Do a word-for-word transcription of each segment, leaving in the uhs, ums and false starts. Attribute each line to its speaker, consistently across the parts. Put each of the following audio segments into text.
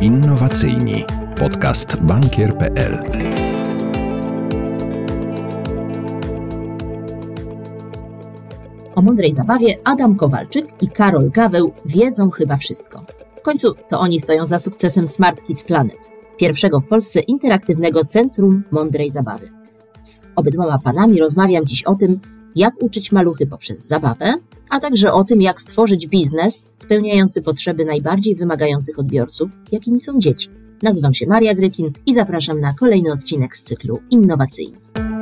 Speaker 1: Innowacyjni. Podcast bankier kropka pe el.
Speaker 2: O mądrej zabawie Adam Kowalczyk i Karol Gaweł wiedzą chyba wszystko. W końcu to oni stoją za sukcesem Smart Kids Planet, pierwszego w Polsce interaktywnego centrum mądrej zabawy. Z obydwoma panami rozmawiam dziś o tym, jak uczyć maluchy poprzez zabawę, a także o tym, jak stworzyć biznes spełniający potrzeby najbardziej wymagających odbiorców, jakimi są dzieci. Nazywam się Maria Grykin i zapraszam na kolejny odcinek z cyklu Innowacyjni.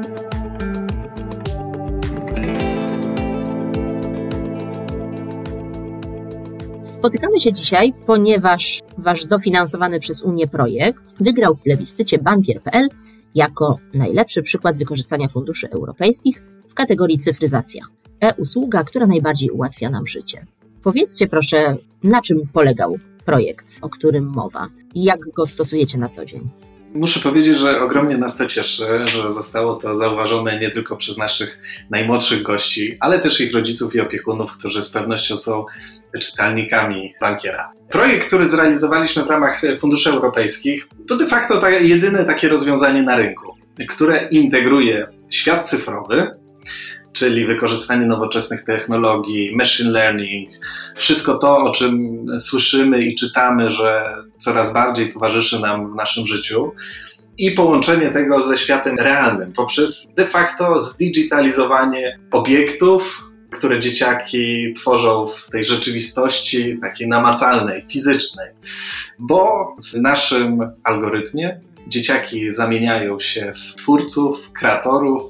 Speaker 2: Spotykamy się dzisiaj, ponieważ wasz dofinansowany przez Unię projekt wygrał w plebiscycie bankier kropka pe el jako najlepszy przykład wykorzystania funduszy europejskich w kategorii cyfryzacja. E-usługa, która najbardziej ułatwia nam życie. Powiedzcie proszę, na czym polegał projekt, o którym mowa i jak go stosujecie na co dzień?
Speaker 3: Muszę powiedzieć, że ogromnie nas to cieszy, że zostało to zauważone nie tylko przez naszych najmłodszych gości, ale też ich rodziców i opiekunów, którzy z pewnością są czytelnikami bankiera. Projekt, który zrealizowaliśmy w ramach funduszy europejskich, to de facto ta jedyne takie rozwiązanie na rynku, które integruje świat cyfrowy, czyli wykorzystanie nowoczesnych technologii, machine learning, wszystko to, o czym słyszymy i czytamy, że coraz bardziej towarzyszy nam w naszym życiu, i połączenie tego ze światem realnym poprzez de facto zdigitalizowanie obiektów, które dzieciaki tworzą w tej rzeczywistości takiej namacalnej, fizycznej. Bo w naszym algorytmie dzieciaki zamieniają się w twórców, kreatorów,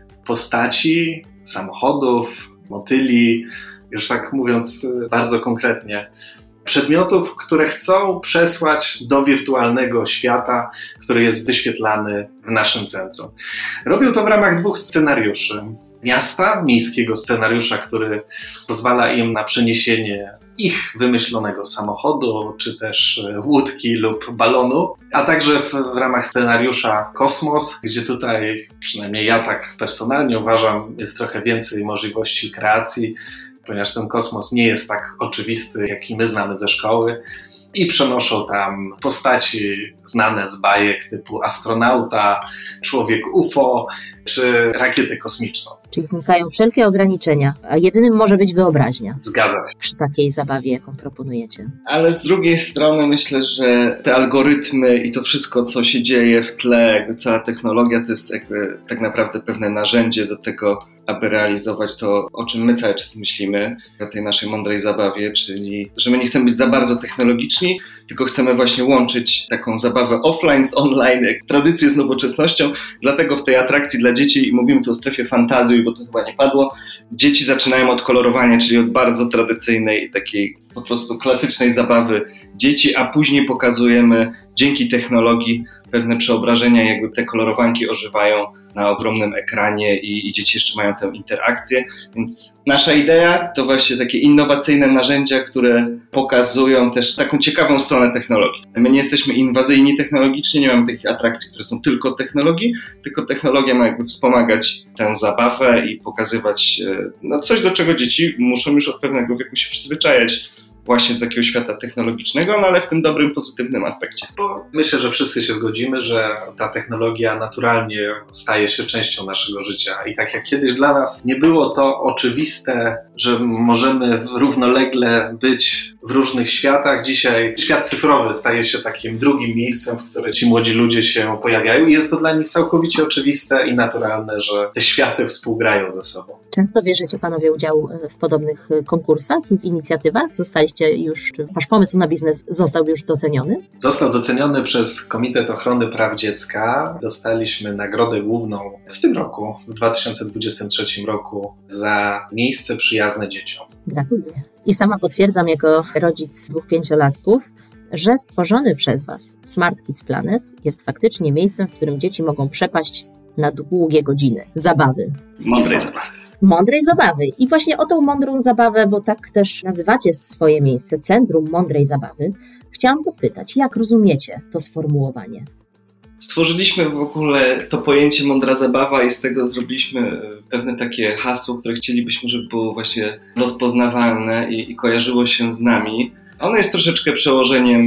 Speaker 3: postaci, samochodów, motyli, już tak mówiąc bardzo konkretnie, przedmiotów, które chcą przesłać do wirtualnego świata, który jest wyświetlany w naszym centrum. Robią to w ramach dwóch scenariuszy. Miasta, miejskiego scenariusza, który pozwala im na przeniesienie ich wymyślonego samochodu, czy też łódki lub balonu, a także w, w ramach scenariusza Kosmos, gdzie tutaj, przynajmniej ja tak personalnie uważam, jest trochę więcej możliwości kreacji, ponieważ ten kosmos nie jest tak oczywisty, jaki my znamy ze szkoły, i przenoszą tam postaci znane z bajek typu astronauta, człowiek U F O czy rakietę kosmiczną.
Speaker 2: Czyli znikają wszelkie ograniczenia, a jedynym może być wyobraźnia.
Speaker 3: Zgadza się.
Speaker 2: Przy takiej zabawie, jaką proponujecie.
Speaker 4: Ale z drugiej strony myślę, że te algorytmy i to wszystko, co się dzieje w tle, jakby cała technologia, to jest jakby tak naprawdę pewne narzędzie do tego, aby realizować to, o czym my cały czas myślimy, o tej naszej mądrej zabawie, czyli że my nie chcemy być za bardzo technologiczni, tylko chcemy właśnie łączyć taką zabawę offline z online, jak tradycję z nowoczesnością, dlatego w tej atrakcji dla dzieci, i mówimy tu o strefie fantazji, bo to chyba nie padło, dzieci zaczynają od kolorowania, czyli od bardzo tradycyjnej, takiej po prostu klasycznej zabawy dzieci, a później pokazujemy dzięki technologii pewne przeobrażenia, jakby te kolorowanki ożywają na ogromnym ekranie i, i dzieci jeszcze mają tę interakcję. Więc nasza idea to właśnie takie innowacyjne narzędzia, które pokazują też taką ciekawą stronę technologii. My nie jesteśmy inwazyjni technologicznie, nie mamy takich atrakcji, które są tylko od technologii, tylko technologia ma jakby wspomagać tę zabawę i pokazywać no, coś, do czego dzieci muszą już od pewnego wieku się przyzwyczajać, właśnie do takiego świata technologicznego, no ale w tym dobrym, pozytywnym aspekcie.
Speaker 3: Bo myślę, że wszyscy się zgodzimy, że ta technologia naturalnie staje się częścią naszego życia i tak jak kiedyś dla nas nie było to oczywiste, że możemy równolegle być w różnych światach, dzisiaj świat cyfrowy staje się takim drugim miejscem, w którym ci młodzi ludzie się pojawiają i jest to dla nich całkowicie oczywiste i naturalne, że te światy współgrają ze sobą.
Speaker 2: Często bierzecie panowie udział w podobnych konkursach i w inicjatywach? Zostaliście już, czy wasz pomysł na biznes został już doceniony?
Speaker 3: Został doceniony przez Komitet Ochrony Praw Dziecka. Dostaliśmy nagrodę główną w tym roku, w dwa tysiące dwudziestym trzecim roku za miejsce przyjazne dzieciom.
Speaker 2: Gratuluję. I sama potwierdzam jako rodzic dwóch pięciolatków, że stworzony przez was Smart Kids Planet jest faktycznie miejscem, w którym dzieci mogą przepaść na długie godziny zabawy.
Speaker 4: Mądrej zabawy.
Speaker 2: Mądrej zabawy. I właśnie o tą mądrą zabawę, bo tak też nazywacie swoje miejsce, Centrum Mądrej Zabawy, chciałam podpytać, jak rozumiecie to sformułowanie?
Speaker 4: Stworzyliśmy w ogóle to pojęcie mądra zabawa i z tego zrobiliśmy pewne takie hasło, które chcielibyśmy, żeby było właśnie rozpoznawalne i, i kojarzyło się z nami. Ono jest troszeczkę przełożeniem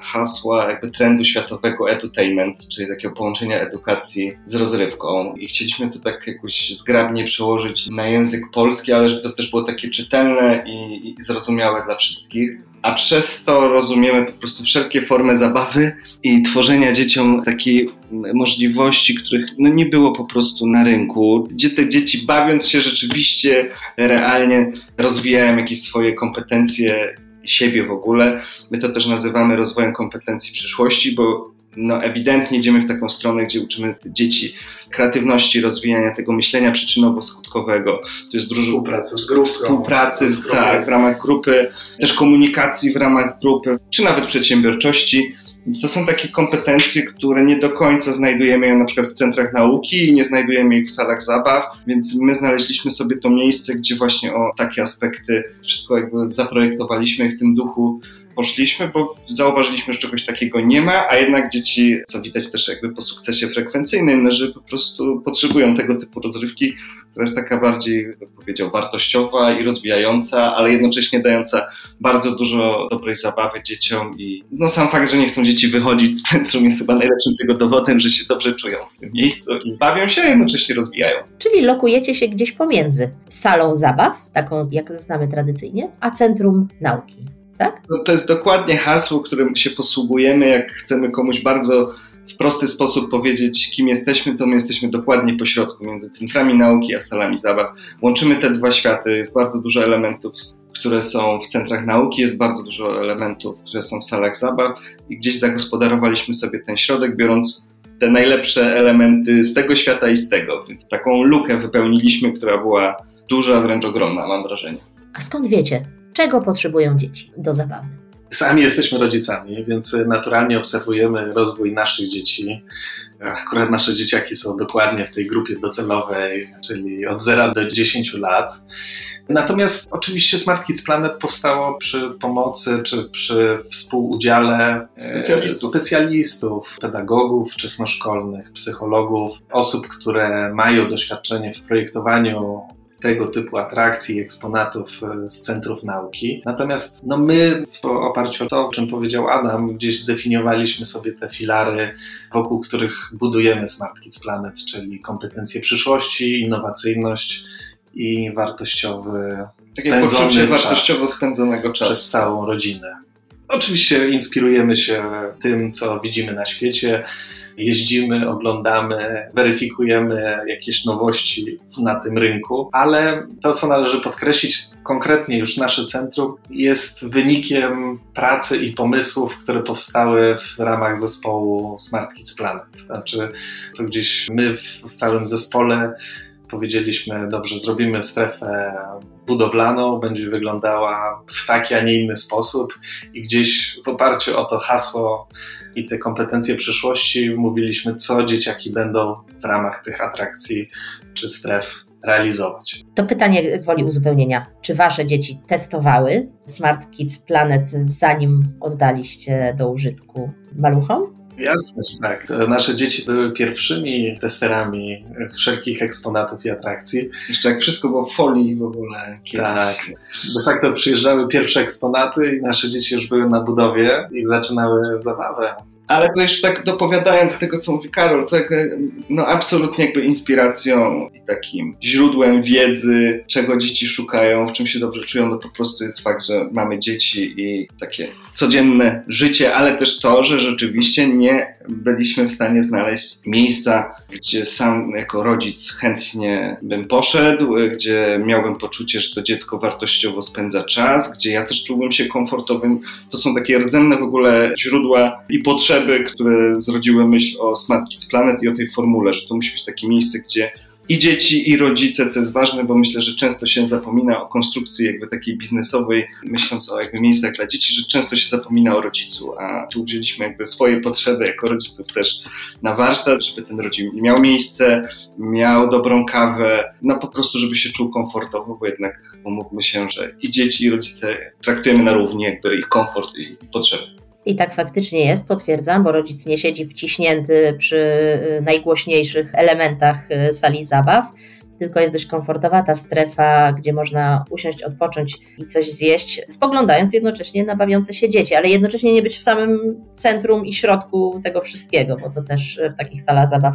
Speaker 4: hasła jakby trendu światowego edutainment, czyli takiego połączenia edukacji z rozrywką i chcieliśmy to tak jakoś zgrabnie przełożyć na język polski, ale żeby to też było takie czytelne i, i zrozumiałe dla wszystkich. A przez to rozumiemy po prostu wszelkie formy zabawy i tworzenia dzieciom takiej możliwości, których no nie było po prostu na rynku, gdzie te dzieci bawiąc się rzeczywiście realnie rozwijają jakieś swoje kompetencje siebie w ogóle. My to też nazywamy rozwojem kompetencji przyszłości, bo no ewidentnie idziemy w taką stronę, gdzie uczymy dzieci kreatywności, rozwijania tego myślenia przyczynowo-skutkowego. To jest dużo
Speaker 3: współpracy, z grupą,
Speaker 4: współpracy
Speaker 3: z
Speaker 4: tak, w ramach grupy, też komunikacji w ramach grupy, czy nawet przedsiębiorczości. Więc to są takie kompetencje, które nie do końca znajdujemy je na przykład w centrach nauki i nie znajdujemy ich w salach zabaw, więc my znaleźliśmy sobie to miejsce, gdzie właśnie o takie aspekty wszystko jakby zaprojektowaliśmy i w tym duchu poszliśmy, bo zauważyliśmy, że czegoś takiego nie ma, a jednak dzieci, co widać też jakby po sukcesie frekwencyjnym, że po prostu potrzebują tego typu rozrywki, która jest taka bardziej, jak powiedział, wartościowa i rozwijająca, ale jednocześnie dająca bardzo dużo dobrej zabawy dzieciom i no sam fakt, że nie chcą dzieci wychodzić z centrum jest chyba najlepszym tego dowodem, że się dobrze czują w tym miejscu i bawią się, a jednocześnie rozwijają.
Speaker 2: Czyli lokujecie się gdzieś pomiędzy salą zabaw, taką jak znamy tradycyjnie, a centrum nauki. Tak?
Speaker 4: No to jest dokładnie hasło, którym się posługujemy, jak chcemy komuś bardzo w prosty sposób powiedzieć, kim jesteśmy, to my jesteśmy dokładnie po środku między centrami nauki a salami zabaw. Łączymy te dwa światy, jest bardzo dużo elementów, które są w centrach nauki, jest bardzo dużo elementów, które są w salach zabaw i gdzieś zagospodarowaliśmy sobie ten środek, biorąc te najlepsze elementy z tego świata i z tego, więc taką lukę wypełniliśmy, która była duża, wręcz ogromna, mam wrażenie.
Speaker 2: A skąd wiecie, czego potrzebują dzieci do zabawy?
Speaker 3: Sami jesteśmy rodzicami, więc naturalnie obserwujemy rozwój naszych dzieci. Akurat nasze dzieciaki są dokładnie w tej grupie docelowej, czyli od zera do dziesięciu lat. Natomiast oczywiście Smart Kids Planet powstało przy pomocy czy przy współudziale
Speaker 4: specjalistów,
Speaker 3: specjalistów pedagogów wczesnoszkolnych, psychologów, osób, które mają doświadczenie w projektowaniu tego typu atrakcji, eksponatów z centrów nauki. Natomiast no my w oparciu o to, o czym powiedział Adam, gdzieś zdefiniowaliśmy sobie te filary, wokół których budujemy Smart Kids Planet, czyli kompetencje przyszłości, innowacyjność i wartościowy
Speaker 4: takie poczucie wartościowo spędzonego czasu
Speaker 3: przez całą rodzinę. Oczywiście inspirujemy się tym, co widzimy na świecie, jeździmy, oglądamy, weryfikujemy jakieś nowości na tym rynku, ale to, co należy podkreślić, konkretnie już nasze centrum jest wynikiem pracy i pomysłów, które powstały w ramach zespołu Smart Kids Planet. Znaczy, to gdzieś my w całym zespole powiedzieliśmy, dobrze, zrobimy strefę budowlaną, będzie wyglądała w taki, a nie inny sposób i gdzieś w oparciu o to hasło i te kompetencje przyszłości mówiliśmy, co dzieciaki będą w ramach tych atrakcji czy stref realizować.
Speaker 2: To pytanie gwoli uzupełnienia. Czy wasze dzieci testowały Smart Kids Planet, zanim oddaliście do użytku maluchom?
Speaker 3: Jasne, że tak. Nasze dzieci były pierwszymi testerami wszelkich eksponatów i atrakcji.
Speaker 4: Jeszcze jak wszystko było w folii w ogóle kiedyś.
Speaker 3: Tak. De facto przyjeżdżały pierwsze eksponaty i nasze dzieci już były na budowie i zaczynały zabawę.
Speaker 4: Ale to jeszcze tak dopowiadając do tego, co mówi Karol, to jak, no absolutnie jakby inspiracją i takim źródłem wiedzy, czego dzieci szukają, w czym się dobrze czują, no po prostu jest fakt, że mamy dzieci i takie codzienne życie, ale też to, że rzeczywiście nie byliśmy w stanie znaleźć miejsca, gdzie sam jako rodzic chętnie bym poszedł, gdzie miałbym poczucie, że to dziecko wartościowo spędza czas, gdzie ja też czułbym się komfortowym. To są takie rdzenne w ogóle źródła i potrzeby, które zrodziły myśl o Smart Kids Planet i o tej formule, że to musi być takie miejsce, gdzie i dzieci, i rodzice, co jest ważne, bo myślę, że często się zapomina o konstrukcji jakby takiej biznesowej, myśląc o jakby miejscach dla dzieci, że często się zapomina o rodzicu, a tu wzięliśmy jakby swoje potrzeby jako rodziców też na warsztat, żeby ten rodzic miał miejsce, miał dobrą kawę, no po prostu, żeby się czuł komfortowo, bo jednak umówmy się, że i dzieci, i rodzice traktujemy na równi jakby ich komfort i potrzeby.
Speaker 2: I tak faktycznie jest, potwierdzam, bo rodzic nie siedzi wciśnięty przy najgłośniejszych elementach sali zabaw, tylko jest dość komfortowa ta strefa, gdzie można usiąść, odpocząć i coś zjeść, spoglądając jednocześnie na bawiące się dzieci, ale jednocześnie nie być w samym centrum i środku tego wszystkiego, bo to też w takich salach zabaw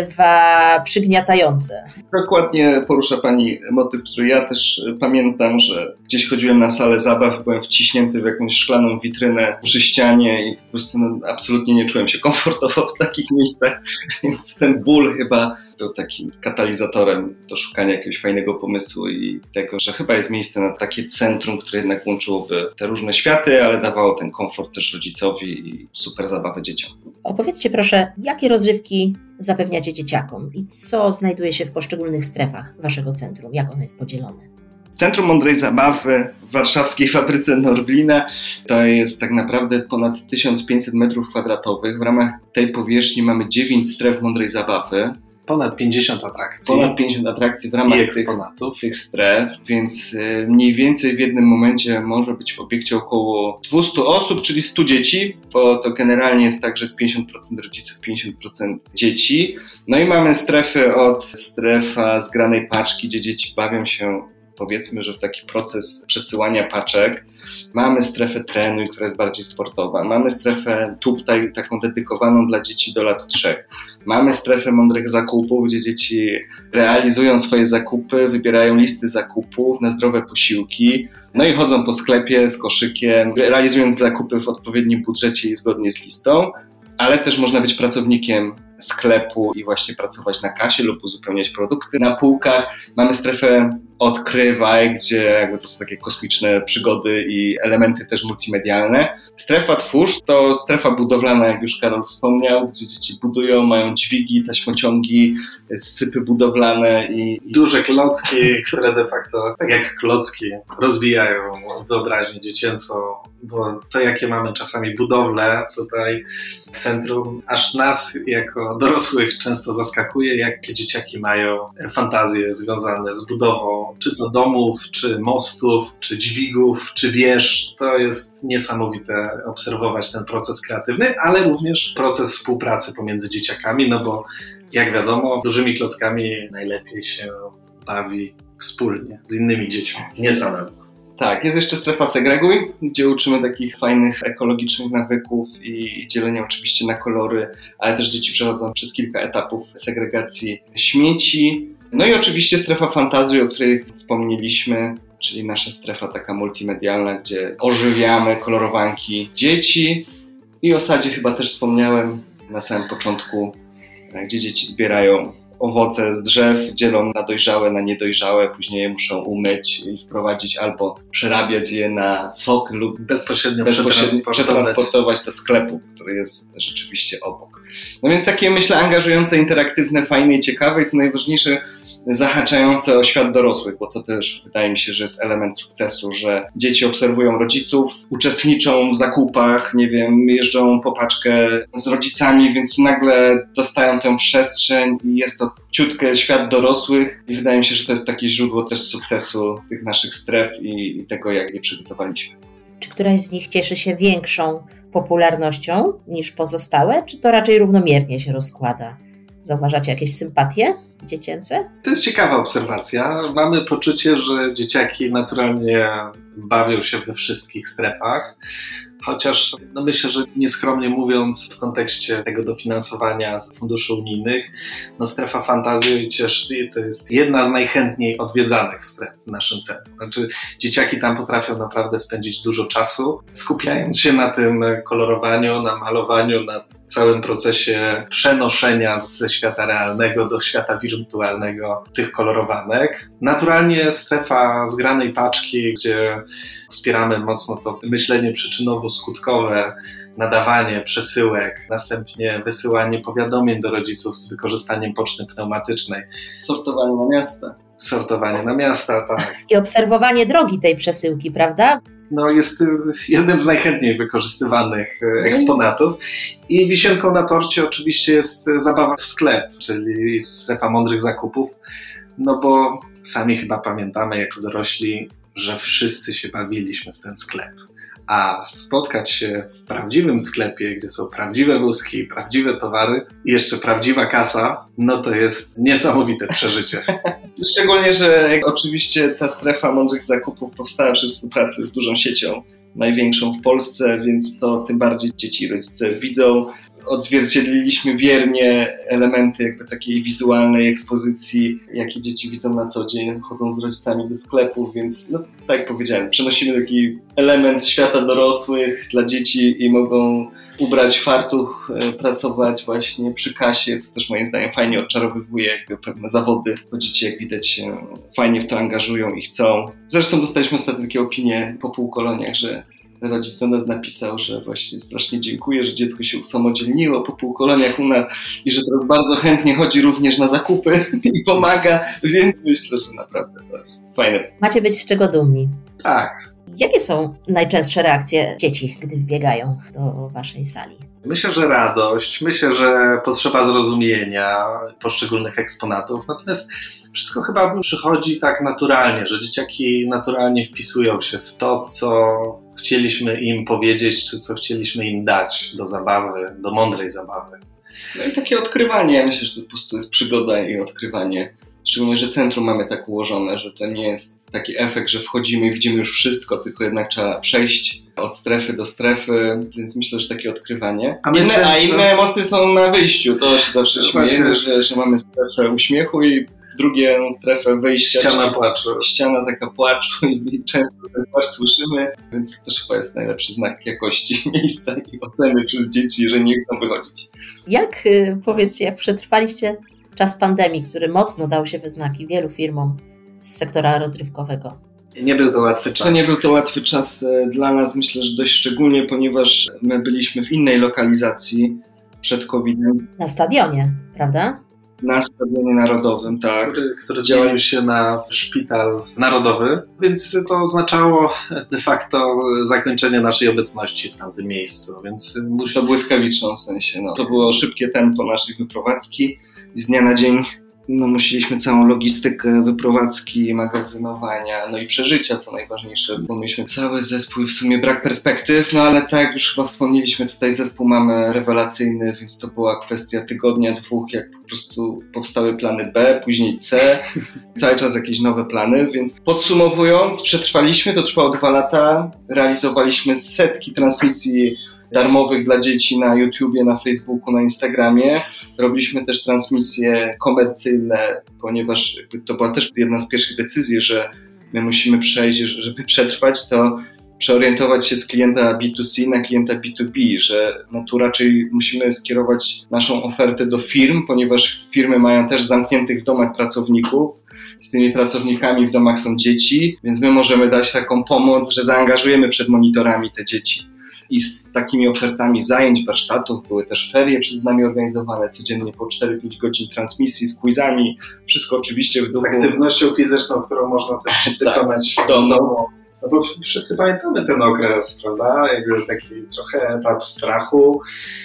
Speaker 2: bywa przygniatające.
Speaker 4: Dokładnie porusza Pani motyw, który ja też pamiętam, że gdzieś chodziłem na salę zabaw, byłem wciśnięty w jakąś szklaną witrynę przy ścianie i po prostu no, absolutnie nie czułem się komfortowo w takich miejscach, więc ten ból chyba był takim katalizatorem do szukania jakiegoś fajnego pomysłu i tego, że chyba jest miejsce na takie centrum, które jednak łączyłoby te różne światy, ale dawało ten komfort też rodzicowi i super zabawę dzieciom.
Speaker 2: Opowiedzcie proszę, jakie rozrywki zapewniacie dzieciakom i co znajduje się w poszczególnych strefach waszego centrum, jak ono jest podzielone?
Speaker 4: Centrum Mądrej Zabawy w warszawskiej fabryce Norblina to jest tak naprawdę ponad tysiąc pięćset metrów kwadratowych. W ramach tej powierzchni mamy dziewięć stref Mądrej Zabawy.
Speaker 3: Ponad pięćdziesiąt atrakcji.
Speaker 4: Ponad pięćdziesiąt atrakcji w ramach
Speaker 3: i
Speaker 4: tych,
Speaker 3: eksponatów.
Speaker 4: tych stref, więc mniej więcej w jednym momencie może być w obiekcie około dwieście osób, czyli sto dzieci, bo to generalnie jest tak, że jest pięćdziesiąt procent rodziców, pięćdziesiąt procent dzieci. No i mamy strefy od strefa zgranej paczki, gdzie dzieci bawią się, powiedzmy, że w taki proces przesyłania paczek. Mamy strefę trenuj, która jest bardziej sportowa. Mamy strefę tuptaj, taką dedykowaną dla dzieci do lat trzech. Mamy strefę mądrych zakupów, gdzie dzieci realizują swoje zakupy, wybierają listy zakupów na zdrowe posiłki, no i chodzą po sklepie z koszykiem, realizując zakupy w odpowiednim budżecie i zgodnie z listą, ale też można być pracownikiem sklepu i właśnie pracować na kasie lub uzupełniać produkty na półkach. Mamy strefę odkrywaj, gdzie jakby to są takie kosmiczne przygody i elementy też multimedialne. Strefa twórz to strefa budowlana, jak już Karol wspomniał, gdzie dzieci budują, mają dźwigi, taśmociągi, sypy budowlane i...
Speaker 3: Duże klocki, które de facto, tak jak klocki, rozwijają wyobraźnię dziecięcą, bo to, jakie mamy czasami budowle tutaj w centrum, aż nas jako dorosłych często zaskakuje, jakie dzieciaki mają fantazje związane z budową, czy to domów, czy mostów, czy dźwigów, czy wież. To jest niesamowite obserwować ten proces kreatywny, ale również proces współpracy pomiędzy dzieciakami, no bo jak wiadomo, dużymi klockami najlepiej się bawi wspólnie z innymi dziećmi, nie samemu.
Speaker 4: Tak, jest jeszcze strefa segreguj, gdzie uczymy takich fajnych ekologicznych nawyków i dzielenia oczywiście na kolory, ale też dzieci przechodzą przez kilka etapów segregacji śmieci. No i oczywiście strefa fantazji, o której wspomnieliśmy, czyli nasza strefa taka multimedialna, gdzie ożywiamy kolorowanki dzieci i o sadzie chyba też wspomniałem na samym początku, gdzie dzieci zbierają owoce z drzew, dzielą na dojrzałe, na niedojrzałe, później je muszą umyć i wprowadzić albo przerabiać je na sok lub
Speaker 3: bezpośrednio,
Speaker 4: bezpośrednio
Speaker 3: przetransportować.
Speaker 4: przetransportować do sklepu, który jest rzeczywiście obok. No więc takie, myślę, angażujące, interaktywne, fajne i ciekawe i co najważniejsze, zahaczające o świat dorosłych, bo to też wydaje mi się, że jest element sukcesu, że dzieci obserwują rodziców, uczestniczą w zakupach, nie wiem, jeżdżą po paczkę z rodzicami, więc tu nagle dostają tę przestrzeń i jest to ciutkę świat dorosłych i wydaje mi się, że to jest takie źródło też sukcesu tych naszych stref i, i tego, jak je przygotowaliśmy.
Speaker 2: Czy któraś z nich cieszy się większą popularnością niż pozostałe, czy to raczej równomiernie się rozkłada? Zauważacie jakieś sympatie dziecięce?
Speaker 3: To jest ciekawa obserwacja. Mamy poczucie, że dzieciaki naturalnie bawią się we wszystkich strefach, chociaż no myślę, że nieskromnie mówiąc w kontekście tego dofinansowania z funduszy unijnych, no strefa fantazji to jest jedna z najchętniej odwiedzanych stref w naszym centrum. Znaczy dzieciaki tam potrafią naprawdę spędzić dużo czasu, skupiając się na tym kolorowaniu, na malowaniu, na całym procesie przenoszenia ze świata realnego do świata wirtualnego tych kolorowanek. Naturalnie strefa zgranej paczki, gdzie wspieramy mocno to myślenie przyczynowo-skutkowe, nadawanie przesyłek, następnie wysyłanie powiadomień do rodziców z wykorzystaniem poczty pneumatycznej.
Speaker 4: Sortowanie na miasta.
Speaker 3: Sortowanie na miasta, tak.
Speaker 2: I obserwowanie drogi tej przesyłki, prawda?
Speaker 3: No, jest jednym z najchętniej wykorzystywanych eksponatów. I wisienką na torcie oczywiście jest zabawa w sklep, czyli strefa mądrych zakupów, no bo sami chyba pamiętamy jako dorośli, że wszyscy się bawiliśmy w ten sklep. A spotkać się w prawdziwym sklepie, gdzie są prawdziwe wózki, prawdziwe towary i jeszcze prawdziwa kasa, no to jest niesamowite przeżycie.
Speaker 4: Szczególnie, że oczywiście ta strefa mądrych zakupów powstała przy współpracy z dużą siecią, największą w Polsce, więc to tym bardziej dzieci i rodzice widzą. Odzwierciedliliśmy wiernie elementy jakby takiej wizualnej ekspozycji, jakie dzieci widzą na co dzień, chodzą z rodzicami do sklepów, więc no, tak jak powiedziałem, przenosimy taki element świata dorosłych dla dzieci i mogą ubrać fartuch, pracować właśnie przy kasie, co też moim zdaniem fajnie odczarowywuje jakby pewne zawody, bo dzieci jak widać się fajnie w to angażują i chcą. Zresztą dostaliśmy ostatnio takie opinie po półkoloniach, że rodzic do nas napisał, że właśnie strasznie dziękuję, że dziecko się usamodzielniło po półkoloniach u nas i że teraz bardzo chętnie chodzi również na zakupy i pomaga, więc myślę, że naprawdę to jest fajne.
Speaker 2: Macie być z czego dumni.
Speaker 3: Tak.
Speaker 2: Jakie są najczęstsze reakcje dzieci, gdy wbiegają do waszej sali?
Speaker 3: Myślę, że radość, myślę, że potrzeba zrozumienia poszczególnych eksponatów, natomiast wszystko chyba przychodzi tak naturalnie, że dzieciaki naturalnie wpisują się w to, co chcieliśmy im powiedzieć, czy co chcieliśmy im dać do zabawy, do mądrej zabawy.
Speaker 4: No i takie odkrywanie, ja myślę, że to po prostu jest przygoda i odkrywanie. Szczególnie, że centrum mamy tak ułożone, że to nie jest taki efekt, że wchodzimy i widzimy już wszystko, tylko jednak trzeba przejść od strefy do strefy, więc myślę, że takie odkrywanie. A, inne, często... a inne emocje są na wyjściu, to się zawsze śmiejemy, że, że mamy strefę uśmiechu i drugą strefę wejścia.
Speaker 3: Ściana płaczu.
Speaker 4: Ściana taka płaczu i często ten płacz słyszymy, więc to też chyba jest najlepszy znak jakości miejsca i oceny przez dzieci, że nie chcą wychodzić.
Speaker 2: Jak, powiedzcie, jak przetrwaliście czas pandemii, który mocno dał się we znaki wielu firmom z sektora rozrywkowego?
Speaker 3: Nie był to łatwy czas.
Speaker 4: To nie był to łatwy czas dla nas, myślę, że dość szczególnie, ponieważ my byliśmy w innej lokalizacji przed kowidem.
Speaker 2: Na stadionie, prawda?
Speaker 4: Na Stadionie Narodowym, tak.
Speaker 3: Który, który zmienił się na Szpital Narodowy, więc to oznaczało de facto zakończenie naszej obecności w tamtym miejscu. Więc
Speaker 4: to błyskawiczną w sensie. No. To było szybkie tempo naszej wyprowadzki i z dnia na dzień no, musieliśmy całą logistykę wyprowadzki, magazynowania, no i przeżycia, co najważniejsze, bo mieliśmy cały zespół i w sumie brak perspektyw, no ale tak jak już chyba wspomnieliśmy, tutaj zespół mamy rewelacyjny, więc to była kwestia tygodnia, dwóch, jak po prostu powstały plany B, później C, cały czas jakieś nowe plany, więc podsumowując, przetrwaliśmy, to trwało dwa lata, realizowaliśmy setki transmisji darmowych dla dzieci na YouTubie, na Facebooku, na Instagramie. Robiliśmy też transmisje komercyjne, ponieważ to była też jedna z pierwszych decyzji, że my musimy przejść, żeby przetrwać, to przeorientować się z klienta B dwa C na klienta B dwa B, że no tu raczej musimy skierować naszą ofertę do firm, ponieważ firmy mają też zamkniętych w domach pracowników, z tymi pracownikami w domach są dzieci, więc my możemy dać taką pomoc, że zaangażujemy przed monitorami te dzieci. I z takimi ofertami zajęć, warsztatów, były też ferie przez nami organizowane, codziennie po cztery pięć godzin transmisji z quizami, wszystko oczywiście w duchu...
Speaker 3: Z aktywnością fizyczną, którą można też wykonać w domu. No bo wszyscy pamiętamy ten okres, prawda? Jakby taki trochę etap strachu,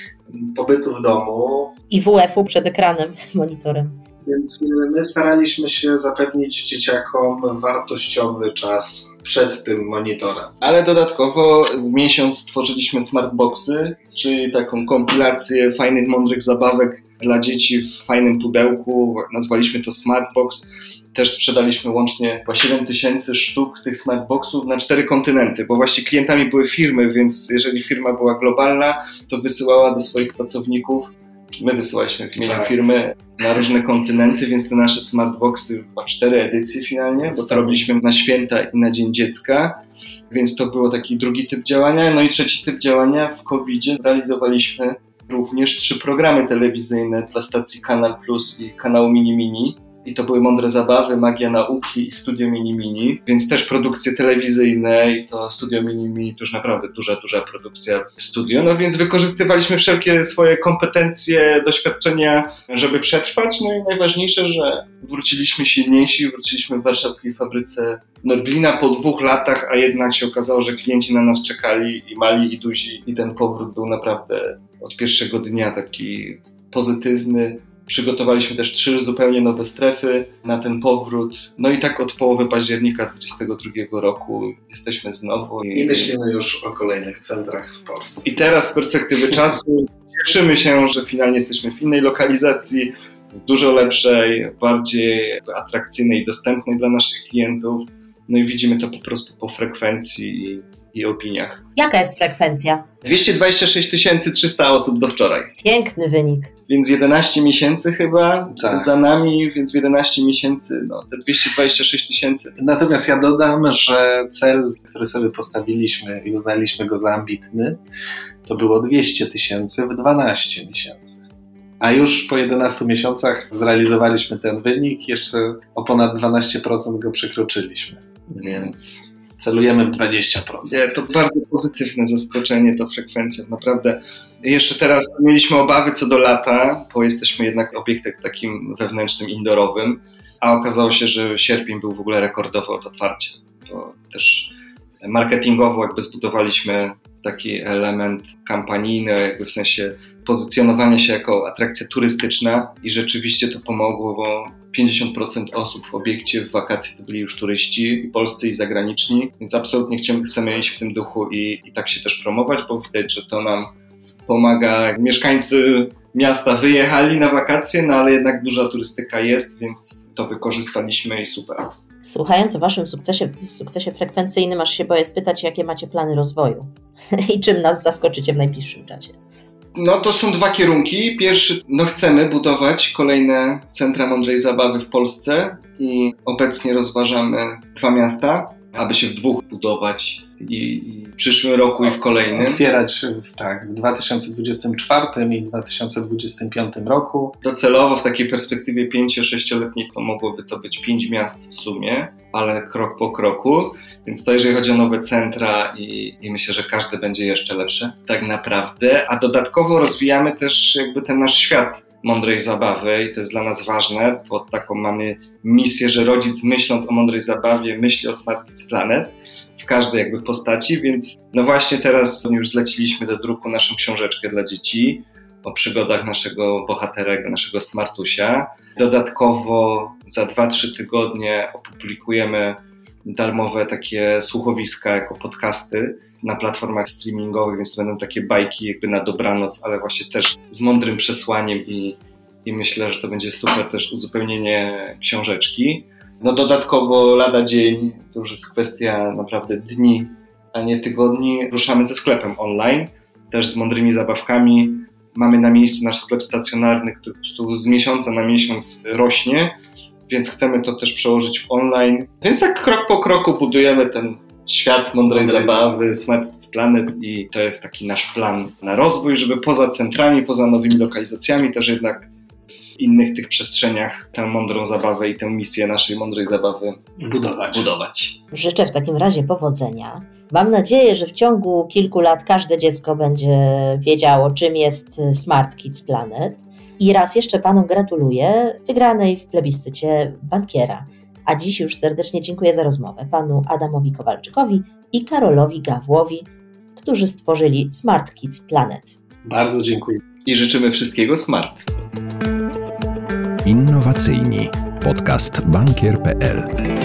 Speaker 3: pobytu w domu.
Speaker 2: I W F u przed ekranem, monitorem.
Speaker 3: Więc my staraliśmy się zapewnić dzieciakom wartościowy czas przed tym monitorem.
Speaker 4: Ale dodatkowo w miesiąc stworzyliśmy smartboxy, czyli taką kompilację fajnych, mądrych zabawek dla dzieci w fajnym pudełku. Nazwaliśmy to Smartbox. Też sprzedaliśmy łącznie chyba siedem tysięcy sztuk tych smartboxów na cztery kontynenty, bo właśnie klientami były firmy, więc jeżeli firma była globalna, to wysyłała do swoich pracowników. My wysyłaliśmy w imieniu tak. firmy na różne kontynenty, więc te nasze smartboxy, chyba cztery edycje finalnie, bo to robiliśmy na święta i na Dzień Dziecka, więc to było taki drugi typ działania. No i trzeci typ działania w kowidzie zrealizowaliśmy również trzy programy telewizyjne dla stacji Kanal Plus i kanału Mini Mini. I to były Mądre Zabawy, Magia Nauki i Studio Mini Mini, więc też produkcje telewizyjne i to Studio Mini Mini to już naprawdę duża, duża produkcja w studio. No więc wykorzystywaliśmy wszelkie swoje kompetencje, doświadczenia, żeby przetrwać. No i najważniejsze, że wróciliśmy silniejsi, wróciliśmy w warszawskiej fabryce Norblina po dwóch latach, a jednak się okazało, że klienci na nas czekali i mali i duzi i ten powrót był naprawdę od pierwszego dnia taki pozytywny. Przygotowaliśmy też trzy zupełnie nowe strefy na ten powrót. No i tak od połowy października dwudziestego drugiego roku jesteśmy znowu.
Speaker 3: I, I myślimy już o kolejnych centrach w Polsce.
Speaker 4: I teraz z perspektywy czasu cieszymy się, że finalnie jesteśmy w innej lokalizacji, dużo lepszej, bardziej atrakcyjnej i dostępnej dla naszych klientów. No i widzimy to po prostu po frekwencji i, i opiniach.
Speaker 2: Jaka jest frekwencja?
Speaker 4: dwieście dwadzieścia sześć tysięcy trzysta osób do wczoraj.
Speaker 2: Piękny wynik.
Speaker 4: Więc jedenaście miesięcy chyba
Speaker 3: tak.
Speaker 4: za nami, więc w jedenaście miesięcy no, te dwieście dwadzieścia sześć tysięcy.
Speaker 3: Natomiast ja dodam, że cel, który sobie postawiliśmy i uznaliśmy go za ambitny, to było dwieście tysięcy w dwanaście miesięcy. A już po jedenastu miesiącach zrealizowaliśmy ten wynik, jeszcze o ponad dwanaście procent go przekroczyliśmy. Więc celujemy w dwadzieścia procent.
Speaker 4: Nie, to bardzo pozytywne zaskoczenie, to frekwencja. Naprawdę. Jeszcze teraz mieliśmy obawy co do lata, bo jesteśmy jednak obiektem takim wewnętrznym, indoorowym, a okazało się, że sierpień był w ogóle rekordowy od otwarcia. To też marketingowo jakby zbudowaliśmy taki element kampanijny, jakby w sensie pozycjonowania się jako atrakcja turystyczna i rzeczywiście to pomogło, bo pięćdziesiąt procent osób w obiekcie w wakacje to byli już turyści, i polscy i zagraniczni, więc absolutnie chcemy, chcemy iść w tym duchu i, i tak się też promować, bo widać, że to nam pomaga. Mieszkańcy miasta wyjechali na wakacje, no ale jednak duża turystyka jest, więc to wykorzystaliśmy i super.
Speaker 2: Słuchając o waszym sukcesie, sukcesie frekwencyjnym, aż się boję spytać, jakie macie plany rozwoju i czym nas zaskoczycie w najbliższym czasie.
Speaker 4: No to są dwa kierunki. Pierwszy, no chcemy budować kolejne centra mądrej zabawy w Polsce i obecnie rozważamy dwa miasta, aby się w dwóch budować i, i w przyszłym roku i w kolejnym.
Speaker 3: Otwierać w, tak, w dwa tysiące dwudziestym czwartym i dwa tysiące dwudziestym piątym roku.
Speaker 4: Docelowo w takiej perspektywie pięcio-sześcioletniej to mogłoby to być pięć miast w sumie, ale krok po kroku. Więc to jeżeli chodzi o nowe centra i, i myślę, że każdy będzie jeszcze lepszy tak naprawdę. A dodatkowo rozwijamy też jakby ten nasz świat mądrej zabawy i to jest dla nas ważne, bo taką mamy misję, że rodzic myśląc o mądrej zabawie myśli o Smart Kids Planet w każdej jakby postaci, więc no właśnie teraz już zleciliśmy do druku naszą książeczkę dla dzieci o przygodach naszego bohatera, naszego Smartusia. Dodatkowo za dwa trzy tygodnie opublikujemy darmowe takie słuchowiska jako podcasty na platformach streamingowych, więc to będą takie bajki jakby na dobranoc, ale właśnie też z mądrym przesłaniem i, i myślę, że to będzie super też uzupełnienie książeczki. No dodatkowo lada dzień, to już jest kwestia naprawdę dni, a nie tygodni. Ruszamy ze sklepem online, też z mądrymi zabawkami. Mamy na miejscu nasz sklep stacjonarny, który po prostu z miesiąca na miesiąc rośnie, więc chcemy to też przełożyć w online. Więc tak krok po kroku budujemy ten świat mądrej, mądrej zabawy, Smart Kids Planet i to jest taki nasz plan na rozwój, żeby poza centrami, poza nowymi lokalizacjami też jednak w innych tych przestrzeniach tę mądrą zabawę i tę misję naszej mądrej zabawy
Speaker 3: budować.
Speaker 4: budować.
Speaker 2: Życzę w takim razie powodzenia. Mam nadzieję, że w ciągu kilku lat każde dziecko będzie wiedziało, czym jest Smart Kids Planet. I raz jeszcze Panu gratuluję wygranej w plebiscycie bankiera. A dziś już serdecznie dziękuję za rozmowę Panu Adamowi Kowalczykowi i Karolowi Gawłowi, którzy stworzyli Smart Kids Planet.
Speaker 3: Bardzo dziękuję.
Speaker 4: I życzymy wszystkiego smart.
Speaker 1: Innowacyjni. Podcast bankier kropka p l